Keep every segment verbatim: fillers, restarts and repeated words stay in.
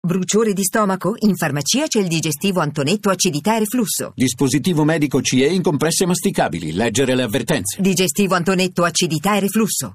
Bruciore di stomaco? In farmacia c'è il digestivo Antonetto acidità e reflusso. Dispositivo medico C E in compresse masticabili. Leggere le avvertenze. Digestivo Antonetto acidità e reflusso.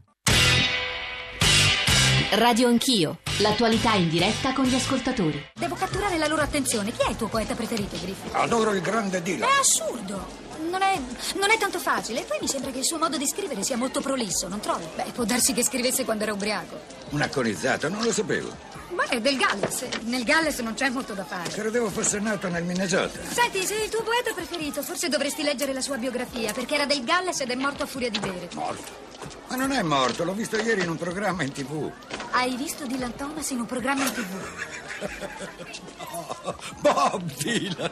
Radio Anch'io, l'attualità in diretta con gli ascoltatori. Devo catturare la loro attenzione. Chi è il tuo poeta preferito, Griffith? Adoro il grande Dylan. È assurdo. Non è, non è tanto facile. E poi mi sembra che il suo modo di scrivere sia molto prolisso, non trovi? Beh, può darsi che scrivesse quando era ubriaco. Un acconizzato, non lo sapevo. Ma è del Galles. Nel Galles non c'è molto da fare. Credevo fosse nato nel Minnesota. Senti, se è il tuo poeta preferito, forse dovresti leggere la sua biografia, perché era del Galles ed è morto a furia di bere. Morto? Ma non è morto, l'ho visto ieri in un programma in tivù. Hai visto Dylan Thomas in un programma in tivù? No, Bob Dylan.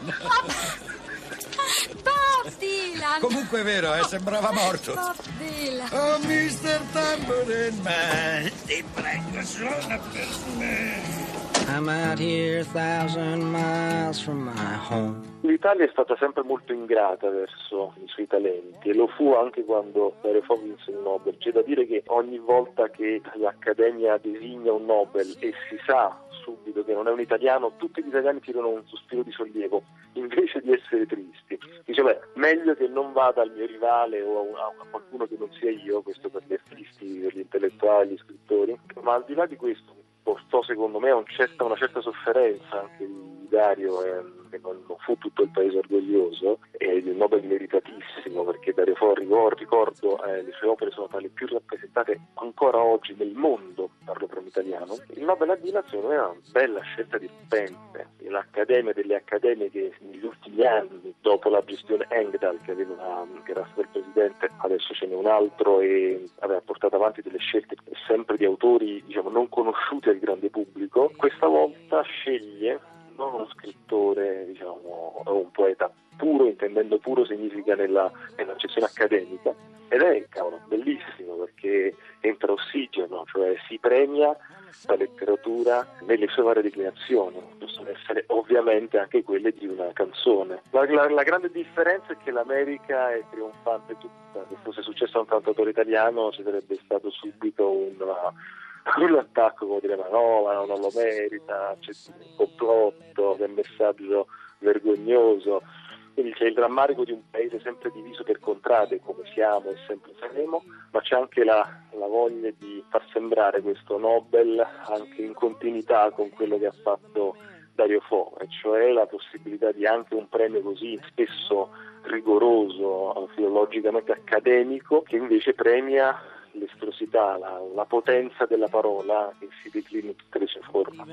Bob Dylan! Comunque è vero, eh, sembrava morto. Bob Dylan. Oh, mister Tambourine Man, ti prego, suona per me. I'm out here a thousand miles from my home. L'Italia è stata sempre molto ingrata verso i suoi talenti e lo fu anche quando Dario Fo vinse il Nobel. C'è da dire che ogni volta che l'Accademia designa un Nobel e si sa subito che non è un italiano, tutti gli italiani tirano un sospiro di sollievo invece di essere tristi. Dice, beh, meglio che non vada al mio rivale o a, a qualcuno che non sia io, questo per gli artisti, per gli intellettuali, gli scrittori. Ma al di là di questo portò secondo me un certa, una certa sofferenza anche di Dario, eh, che non, non fu tutto il paese orgoglioso, e il Nobel meritatissimo, perché Dario Fo, ricordo, ricordo eh, le sue opere sono tra le più rappresentate ancora oggi nel mondo, parlo per un italiano. Il Nobel a Dylan secondo me è una bella scelta dirompente. L'Accademia delle Accademie che negli ultimi anni, dopo la gestione Engdahl, che, aveva, che era stato il presidente, adesso ce n'è un altro, e aveva portato avanti delle scelte sempre di autori, diciamo, non conosciuti al grande pubblico, questa volta sceglie non uno scrittore, diciamo, o un poeta puro, intendendo puro significa nella, nell'accezione accademica, ed è, cavolo, bellissimo, perché entra ossigeno, cioè si premia la letteratura nelle sue varie declinazioni, possono essere ovviamente anche quelle di una canzone. La, la, la grande differenza è che l'America è trionfante tutta. Se fosse successo a un cantautore italiano ci sarebbe stato subito un un attacco, come dire, ma no, ma non lo merita, c'è un complotto, c'è un messaggio vergognoso. Quindi c'è il drammarico di un paese sempre diviso per contrade, come siamo e sempre saremo, ma c'è anche la, la voglia di far sembrare questo Nobel anche in continuità con quello che ha fatto Dario Fo, e cioè la possibilità di anche un premio così spesso rigoroso, filologicamente accademico, che invece premia l'estrosità, la, la potenza della parola che si declina in tutte le sue forme.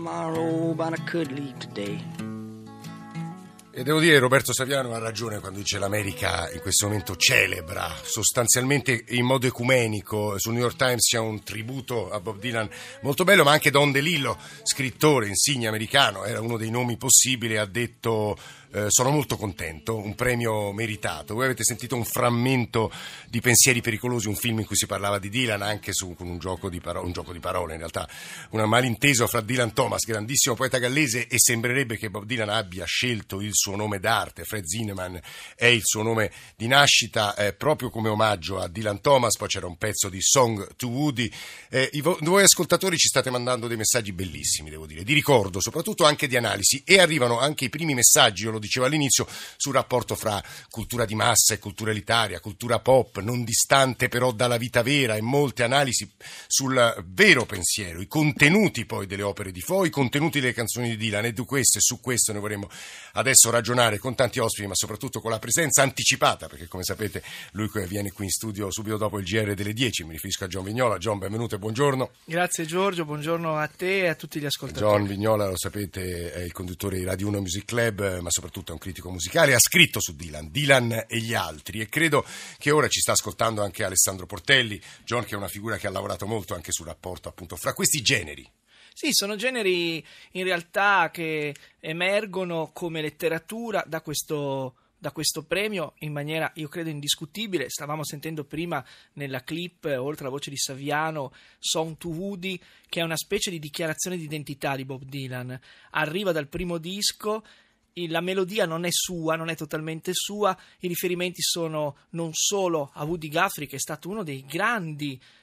E devo dire, Roberto Saviano ha ragione quando dice l'America in questo momento celebra sostanzialmente in modo ecumenico. Sul New York Times c'è un tributo a Bob Dylan molto bello, ma anche Don DeLillo, scrittore insigne americano, era uno dei nomi possibili, ha detto eh, sono molto contento, un premio meritato. Voi avete sentito un frammento di Pensieri pericolosi, un film in cui si parlava di Dylan anche su, con un gioco di parole, un gioco di parole in realtà, un malinteso fra Dylan Thomas, grandissimo poeta gallese, e sembrerebbe che Bob Dylan abbia scelto il suo nome d'arte, Fred Zinnemann è il suo nome di nascita, eh, proprio come omaggio a Dylan Thomas. Poi c'era un pezzo di Song to Woody. Eh, i vo- voi ascoltatori ci state mandando dei messaggi bellissimi, devo dire, di ricordo, soprattutto anche di analisi, e arrivano anche i primi messaggi, io lo dicevo all'inizio, sul rapporto fra cultura di massa e cultura elitaria, cultura pop, non distante però dalla vita vera, e molte analisi sul vero pensiero, i contenuti poi delle opere di Fo, i contenuti delle canzoni di Dylan, e di questo e su questo ne vorremmo adesso ragionare con tanti ospiti, ma soprattutto con la presenza anticipata, perché come sapete lui viene qui in studio subito dopo il G R delle dieci. Mi riferisco a John Vignola. John, benvenuto e buongiorno. Grazie Giorgio, buongiorno a te e a tutti gli ascoltatori. John Vignola, lo sapete, è il conduttore di Radio uno Music Club, ma soprattutto è un critico musicale, ha scritto su Dylan, Dylan e gli altri, e credo che ora ci sta ascoltando anche Alessandro Portelli, John, che è una figura che ha lavorato molto anche sul rapporto appunto fra questi generi. Sì, sono generi in realtà che emergono come letteratura da questo, da questo premio in maniera, io credo, indiscutibile. Stavamo sentendo prima nella clip, oltre alla voce di Saviano, Song to Woody, che è una specie di dichiarazione di identità di Bob Dylan. Arriva dal primo disco, la melodia non è sua, non è totalmente sua, i riferimenti sono non solo a Woody Guthrie, che è stato uno dei grandi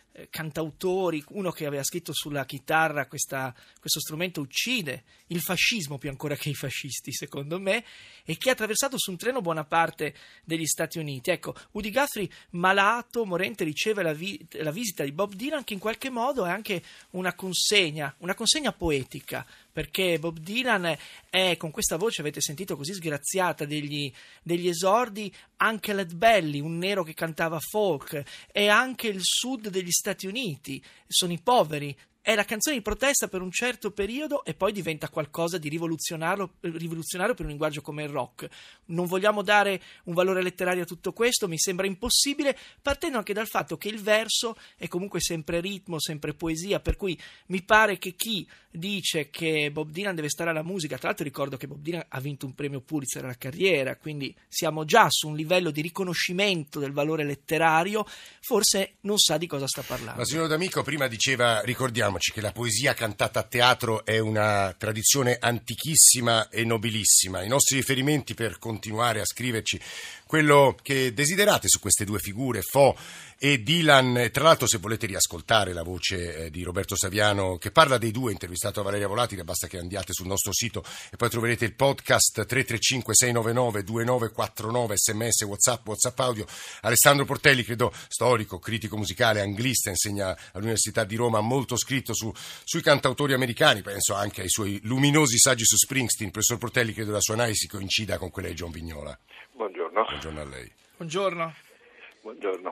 cantautori, uno che aveva scritto sulla chitarra questa, questo strumento uccide il fascismo più ancora che i fascisti, secondo me, e che ha attraversato su un treno buona parte degli Stati Uniti. Ecco, Woody Guthrie, malato, morente, riceve la, vi- la visita di Bob Dylan, che in qualche modo è anche una consegna, una consegna poetica, perché Bob Dylan è, con questa voce, avete sentito, così sgraziata degli, degli esordi, anche Led Belly, un nero che cantava folk, e anche il sud degli Stati Uniti, sono i poveri. È la canzone di protesta per un certo periodo e poi diventa qualcosa di rivoluzionario, rivoluzionario per un linguaggio come il rock. Non vogliamo dare un valore letterario a tutto questo, mi sembra impossibile, partendo anche dal fatto che il verso è comunque sempre ritmo, sempre poesia, per cui mi pare che chi dice che Bob Dylan deve stare alla musica, tra l'altro ricordo che Bob Dylan ha vinto un premio Pulitzer alla carriera, quindi siamo già su un livello di riconoscimento del valore letterario, forse non sa di cosa sta parlando. Ma signor D'Amico prima diceva, ricordiamoci che la poesia cantata a teatro è una tradizione antichissima e nobilissima. I nostri riferimenti per continuare a scriverci quello che desiderate su queste due figure, Fo e Dylan. Tra l'altro, se volete riascoltare la voce eh, di Roberto Saviano che parla dei due, intervistato a Valeria Volatile, basta che andiate sul nostro sito e poi troverete il podcast. Tre tre cinque sei nove nove due nove quattro nove, sms, whatsapp, whatsapp audio. Alessandro Portelli, credo storico, critico musicale, anglista, insegna all'Università di Roma, molto scritto su, sui cantautori americani, penso anche ai suoi luminosi saggi su Springsteen. Professor Portelli, credo la sua analisi coincida con quella di John Vignola. Buongiorno. Buongiorno a lei. Buongiorno. Buongiorno.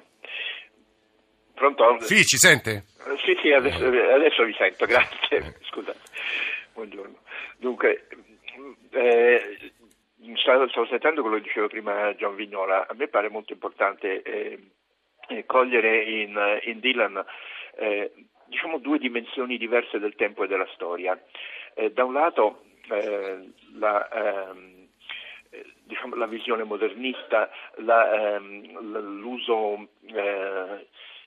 Pronto? Sì, ci sente? Sì, sì, adesso, adesso vi sento, grazie. Scusate. Buongiorno. Dunque, eh, stavo, stavo sentendo quello che diceva prima John Vignola. A me pare molto importante eh, cogliere in, in Dylan eh, diciamo due dimensioni diverse del tempo e della storia. Eh, da un lato eh, la... Eh, diciamo la visione modernista, la, ehm, l'uso, eh,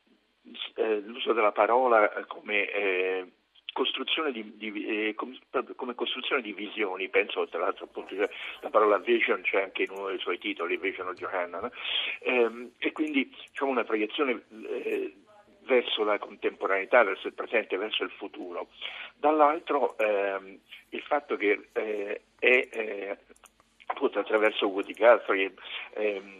eh, l'uso della parola come eh, costruzione di, di eh, come, come costruzione di visioni. Penso tra l'altro appunto la parola vision c'è anche in uno dei suoi titoli, Vision of Johanna, no? ehm, e quindi diciamo una proiezione eh, verso la contemporaneità, verso il presente, verso il futuro. Dall'altro ehm, il fatto che eh, è eh, appunto attraverso Woody Guthrie, ehm,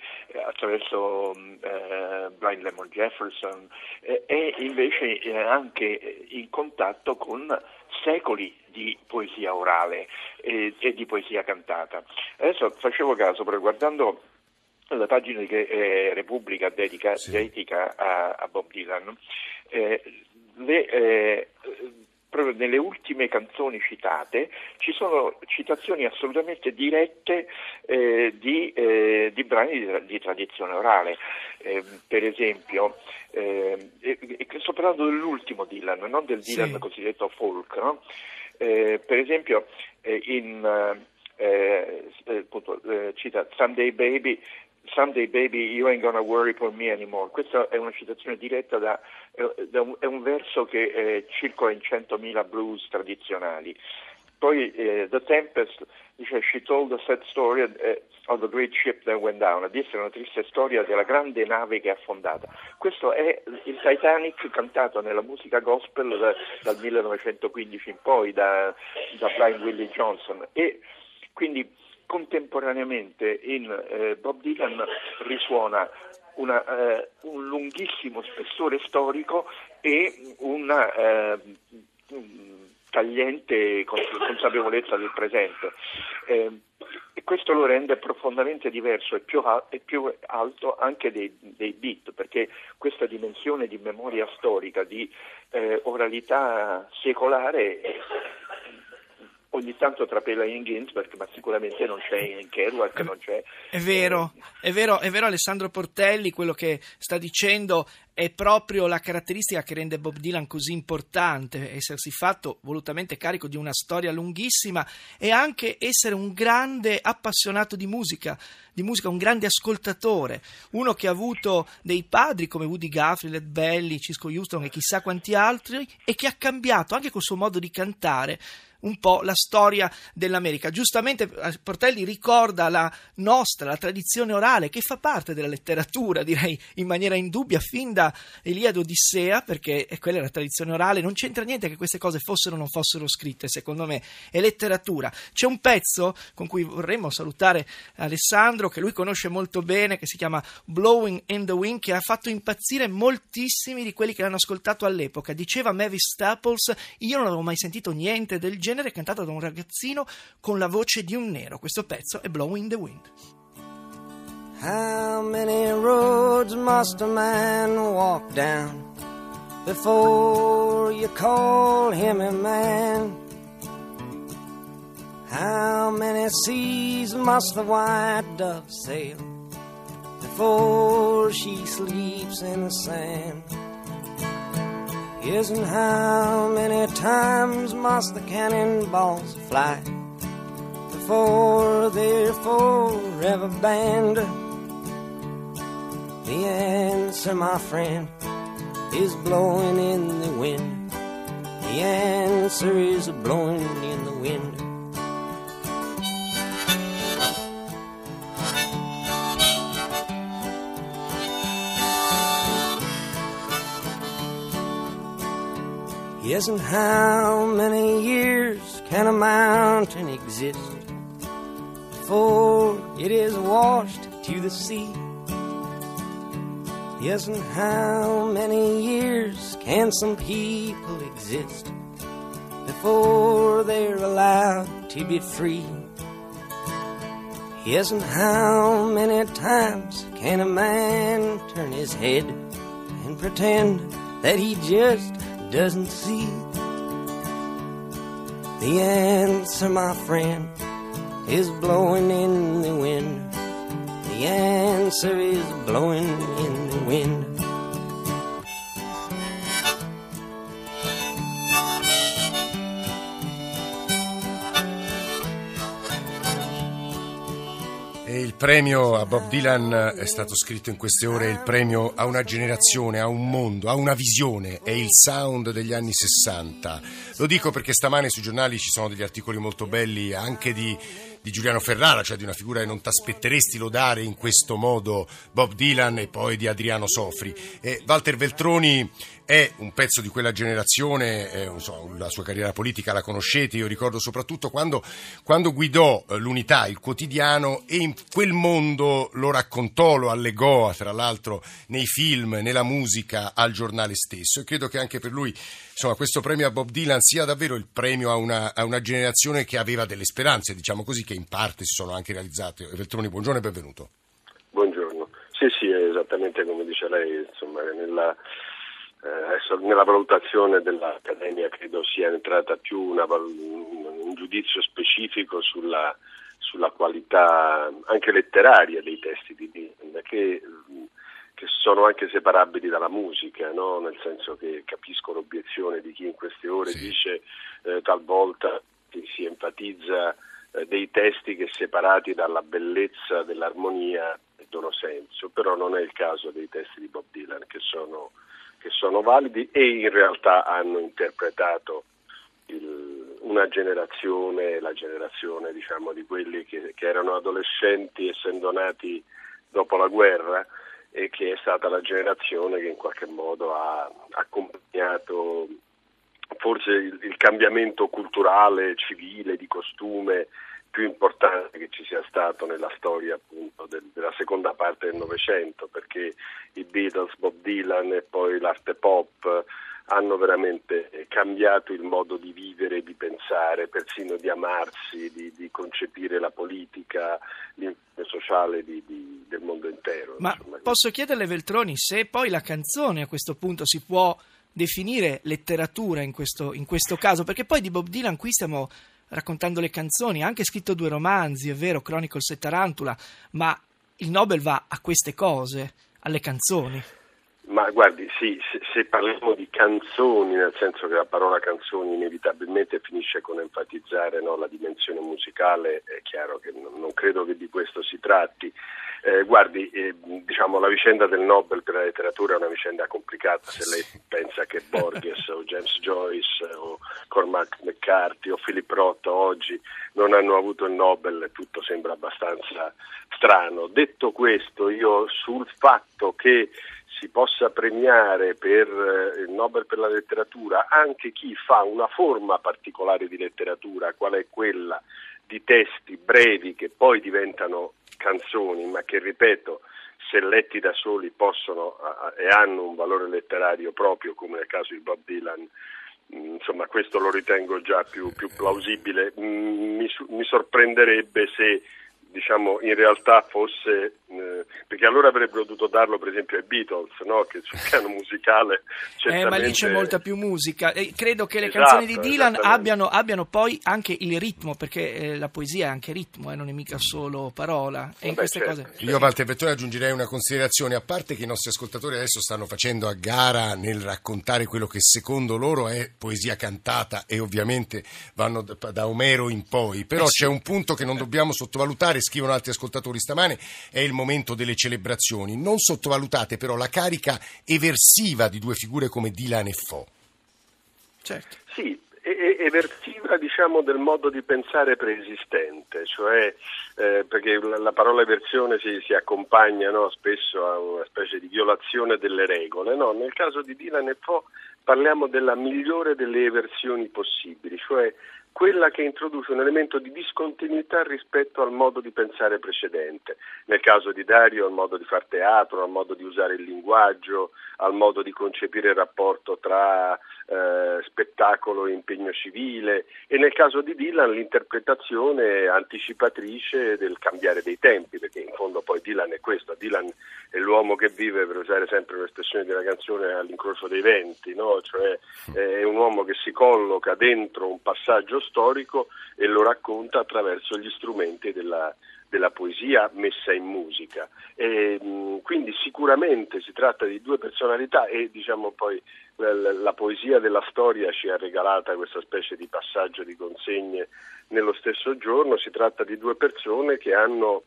attraverso eh, Blind Lemon Jefferson, eh, è invece eh, anche in contatto con secoli di poesia orale eh, e di poesia cantata. Adesso facevo caso, però, guardando la pagina che eh, Repubblica dedica, sì. dedica a, a Bob Dylan, eh, le eh, proprio nelle ultime canzoni citate ci sono citazioni assolutamente dirette eh, di, eh, di brani di, di tradizione orale. Eh, per esempio, eh, e, e sto parlando dell'ultimo Dylan, non del Dylan sì. cosiddetto folk, no? Eh, per esempio, eh, in eh, appunto, eh, cita Someday Baby, Someday baby, you ain't gonna worry for me anymore. Questa è una citazione diretta da, da un, è un verso che eh, circola in centomila blues tradizionali. Poi eh, The Tempest dice She told the sad story eh, of the great ship that went down. Disse una triste storia della grande nave che è affondata. Questo è il Titanic cantato nella musica gospel da, dal millenovecentoquindici in poi da, da Blind Willie Johnson, e quindi contemporaneamente in eh, Bob Dylan risuona una, eh, un lunghissimo spessore storico e una eh, tagliente consapevolezza del presente. Eh, e questo lo rende profondamente diverso e più, e più alto anche dei, dei beat, perché questa dimensione di memoria storica, di eh, oralità secolare è, ogni tanto trapela in Ginsberg, ma sicuramente non c'è in Kerouac, non c'è... È vero, è vero, è vero Alessandro Portelli, quello che sta dicendo è proprio la caratteristica che rende Bob Dylan così importante, essersi fatto volutamente carico di una storia lunghissima e anche essere un grande appassionato di musica, di musica, un grande ascoltatore, uno che ha avuto dei padri come Woody Guthrie, Led Belly, Cisco Houston e chissà quanti altri, e che ha cambiato anche col suo modo di cantare un po' la storia dell'America. Giustamente Portelli ricorda la nostra, la tradizione orale, che fa parte della letteratura, direi in maniera indubbia, fin da Iliade Odissea, perché quella è la tradizione orale, non c'entra niente che queste cose fossero o non fossero scritte, secondo me è letteratura. C'è un pezzo con cui vorremmo salutare Alessandro, che lui conosce molto bene, che si chiama Blowing in the Wind, che ha fatto impazzire moltissimi di quelli che l'hanno ascoltato all'epoca. Diceva Mavis Staples: io non avevo mai sentito niente del genere, cantato da un ragazzino con la voce di un nero. Questo pezzo è Blowing in the Wind. How many roads must a man walk down before you call him a man? How many seas must the white dove sail before she sleeps in the sand? Yes, and how many times must the cannonballs fly before they're forever banned? The answer, my friend, is blowing in the wind. The answer is blowing in the wind. Yes, and how many years can a mountain exist before it is washed to the sea? Yes, and how many years can some people exist before they're allowed to be free? Yes, and how many times can a man turn his head and pretend that he just doesn't see? The answer, my friend, is blowing in the wind. The answer is blowing in the wind. E il premio a Bob Dylan è stato scritto in queste ore, il premio a una generazione, a un mondo, a una visione, è il sound degli anni sessanta. Lo dico perché stamane sui giornali ci sono degli articoli molto belli anche di, di Giuliano Ferrara, cioè di una figura che non t'aspetteresti lodare in questo modo Bob Dylan, e poi di Adriano Sofri. E Walter Veltroni è un pezzo di quella generazione, eh, non so, la sua carriera politica la conoscete, io ricordo soprattutto quando, quando guidò eh, l'Unità, il quotidiano, e in quel mondo lo raccontò, lo allegò, tra l'altro nei film, nella musica, al giornale stesso, e credo che anche per lui, insomma, questo premio a Bob Dylan sia davvero il premio a una, a una generazione che aveva delle speranze, diciamo così, che in parte si sono anche realizzate. Veltroni, buongiorno e benvenuto. Buongiorno. Sì, sì, è esattamente come dice lei, insomma, nella... Eh, adesso nella valutazione dell'Accademia credo sia entrata più una, un giudizio specifico sulla, sulla qualità anche letteraria dei testi di Dylan, che, che sono anche separabili dalla musica, no? Nel senso che capisco l'obiezione di chi in queste ore sì. dice eh, talvolta che si enfatizza eh, dei testi che separati dalla bellezza dell'armonia perdono senso, però non è il caso dei testi di Bob Dylan, che sono che sono validi e in realtà hanno interpretato il, una generazione, la generazione diciamo di quelli che, che erano adolescenti essendo nati dopo la guerra, e che è stata la generazione che in qualche modo ha accompagnato forse il, il cambiamento culturale, civile, di costume più importante che ci sia stato nella storia appunto del, della seconda parte del Novecento, perché i Beatles, Bob Dylan e poi l'arte pop hanno veramente cambiato il modo di vivere, di pensare, persino di amarsi, di, di concepire la politica, l'insieme sociale di, di, del mondo intero. Ma insomma. Posso chiederle, Veltroni, se poi la canzone a questo punto si può definire letteratura in questo, in questo caso, perché poi di Bob Dylan qui stiamo raccontando le canzoni, ha anche scritto due romanzi, è vero, Chronicles e Tarantula, ma il Nobel va a queste cose, alle canzoni. Ma guardi, sì, se, se parliamo di canzoni, nel senso che la parola canzoni inevitabilmente finisce con enfatizzare, no, la dimensione musicale, è chiaro che non, non credo che di questo si tratti, Eh, guardi, eh, diciamo la vicenda del Nobel per la letteratura è una vicenda complicata. Se lei pensa che Borges o James Joyce o Cormac McCarthy o Philip Roth oggi non hanno avuto il Nobel, tutto sembra abbastanza strano. Detto questo, io sul fatto che si possa premiare per il Nobel per la letteratura anche chi fa una forma particolare di letteratura, qual è quella di testi brevi che poi diventano canzoni, ma che, ripeto, se letti da soli possono e hanno un valore letterario proprio, come nel caso di Bob Dylan. Insomma, questo lo ritengo già più, più plausibile. Mi, mi sorprenderebbe se, diciamo, in realtà fosse, eh, perché allora avrebbero dovuto darlo per esempio ai Beatles, no? Che sul piano musicale certamente... Eh, ma lì c'è molta più musica e credo che le esatto, canzoni di Dylan abbiano, abbiano poi anche il ritmo, perché eh, la poesia è anche ritmo e eh, non è mica solo parola. E in Vabbè, queste certo, cose... Io, Walter Vettore, aggiungerei una considerazione, a parte che i nostri ascoltatori adesso stanno facendo a gara nel raccontare quello che secondo loro è poesia cantata e ovviamente vanno da, da Omero in poi, però eh sì. C'è un punto che non dobbiamo sottovalutare, scrivono altri ascoltatori stamane, è il momento delle celebrazioni. Non sottovalutate però la carica eversiva di due figure come Dylan e Fo. Certo. Sì, eversiva, diciamo, del modo di pensare preesistente, cioè eh, perché la, la parola eversione si, si accompagna, no, spesso a una specie di violazione delle regole. No? Nel caso di Dylan e Fo parliamo della migliore delle eversioni possibili, cioè quella che introduce un elemento di discontinuità rispetto al modo di pensare precedente. Nel caso di Dario al modo di far teatro, al modo di usare il linguaggio, al modo di concepire il rapporto tra eh, spettacolo e impegno civile, e nel caso di Dylan l'interpretazione anticipatrice del cambiare dei tempi, perché in fondo poi Dylan è questo, Dylan è l'uomo che vive, per usare sempre l'espressione di una canzone, all'incrocio dei venti, no? Cioè è un uomo che si colloca dentro un passaggio storico e lo racconta attraverso gli strumenti della, della poesia messa in musica. E, mh, quindi sicuramente si tratta di due personalità e, diciamo, poi la, la poesia della storia ci ha regalata questa specie di passaggio di consegne nello stesso giorno. Si tratta di due persone che hanno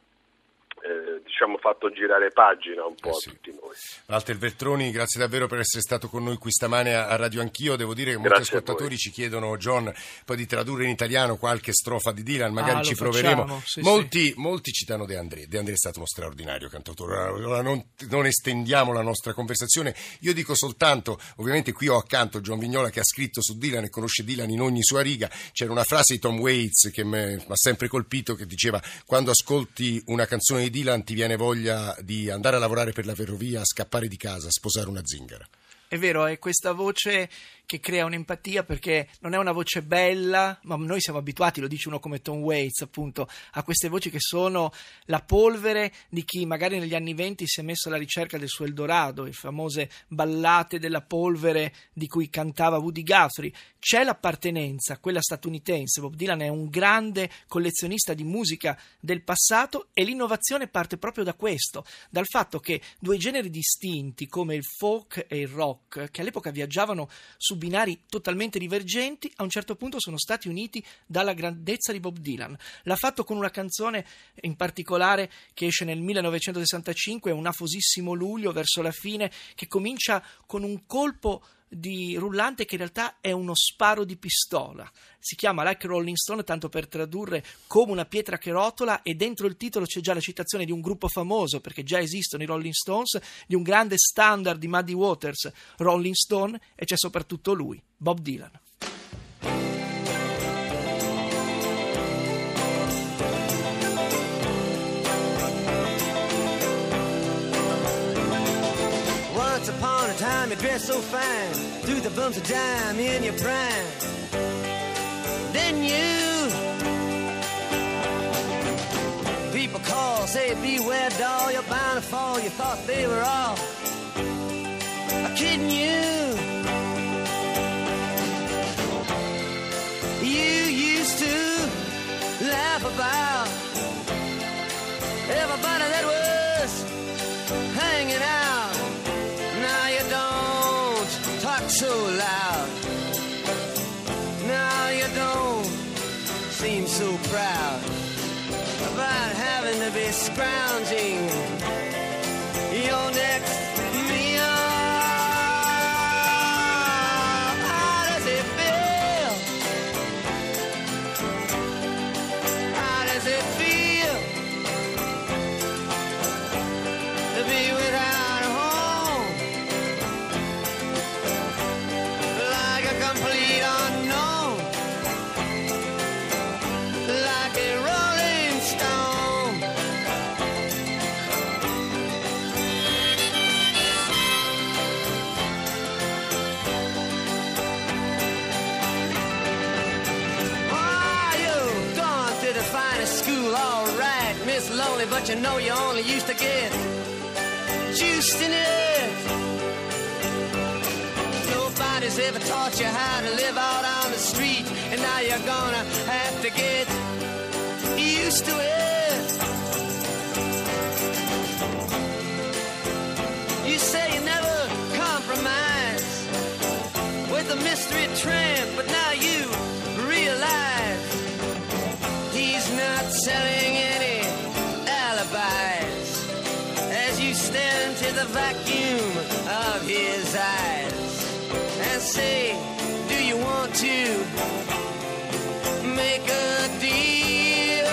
Eh, diciamo fatto girare pagina un po' eh sì. a tutti noi. Walter Veltroni, grazie davvero per essere stato con noi qui stamane a Radio Anch'io. Devo dire che molti grazie ascoltatori ci chiedono, John, poi di tradurre in italiano qualche strofa di Dylan, magari ah, ci proveremo. Sì, molti, sì. molti citano De André. De André è stato uno straordinario cantautore. Allora non, non estendiamo la nostra conversazione. Io dico soltanto, ovviamente qui ho accanto John Vignola che ha scritto su Dylan e conosce Dylan in ogni sua riga. C'era una frase di Tom Waits che mi ha sempre colpito, che diceva: quando ascolti una canzone di Dylan ti viene voglia di andare a lavorare per la ferrovia, scappare di casa, sposare una zingara. È vero, è questa voce che crea un'empatia, perché non è una voce bella, ma noi siamo abituati, lo dice uno come Tom Waits, appunto, a queste voci che sono la polvere di chi magari negli anni venti si è messo alla ricerca del suo Eldorado, le famose ballate della polvere di cui cantava Woody Guthrie. C'è l'appartenenza, quella statunitense. Bob Dylan è un grande collezionista di musica del passato e l'innovazione parte proprio da questo, dal fatto che due generi distinti come il folk e il rock, che all'epoca viaggiavano su binari totalmente divergenti, a un certo punto sono stati uniti dalla grandezza di Bob Dylan. L'ha fatto con una canzone in particolare che esce nel millenovecentosessantacinque, Un afosissimo luglio, verso la fine, che comincia con un colpo di rullante che in realtà è uno sparo di pistola. Si chiama Like Rolling Stone, tanto per tradurre come una pietra che rotola, e dentro il titolo c'è già la citazione di un gruppo famoso, perché già esistono i Rolling Stones, di un grande standard di Muddy Waters, Rolling Stone, e c'è soprattutto lui, Bob Dylan. Once upon a time you dressed so fine, threw the bumps of dime in your prime. Then you, people call, say beware doll, you're bound to fall, you thought they were all kidding you. You used to laugh about everybody that was hanging out. Now you don't talk so loud. Now you don't seem so proud. about having to be scrounging your next meal. How does it feel? How does it feel to be without a home? Like a complete unknown, like a rolling stone. Oh, you've gone to the finest school, all right, Miss Lonely, but you know you only used to get juiced in it. Nobody's ever taught you how to live out on the street, and now you're gonna have to get used to it. You say you never compromise with a mystery tramp, but now you realize he's not selling any alibis as you stare into the vacuum of his eyes and say, do you want to make a deal?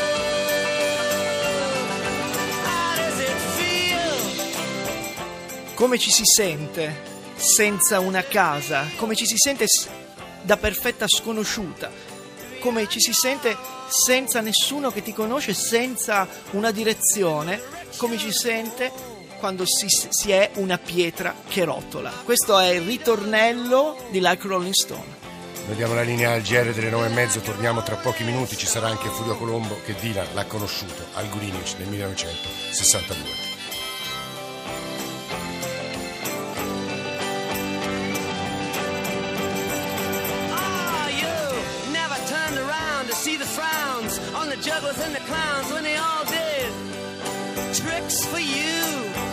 How does it feel? Come ci si sente senza una casa? Come ci si sente s- da perfetta sconosciuta? Come ci si sente senza nessuno che ti conosce, senza una direzione? Come ci si sente quando si, si è una pietra che rotola? Questo è il ritornello di Like Rolling Stone. Vediamo la linea al G R delle nove e mezzo, torniamo tra pochi minuti, ci sarà anche Furio Colombo che Dylan l'ha conosciuto al Greenwich nel millenovecentosessantadue. Ah, you never turned around to see the frowns on the jugglers and the clowns when they all did tricks for you.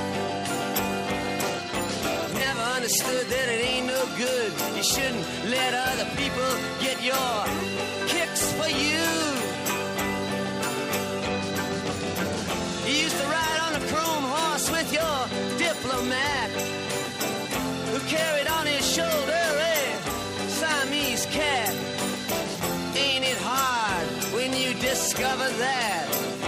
Never understood that it ain't no good. You shouldn't let other people get your kicks for you. You used to ride on a chrome horse with your diplomat, who carried on his shoulder a Siamese cat. Ain't it hard when you discover that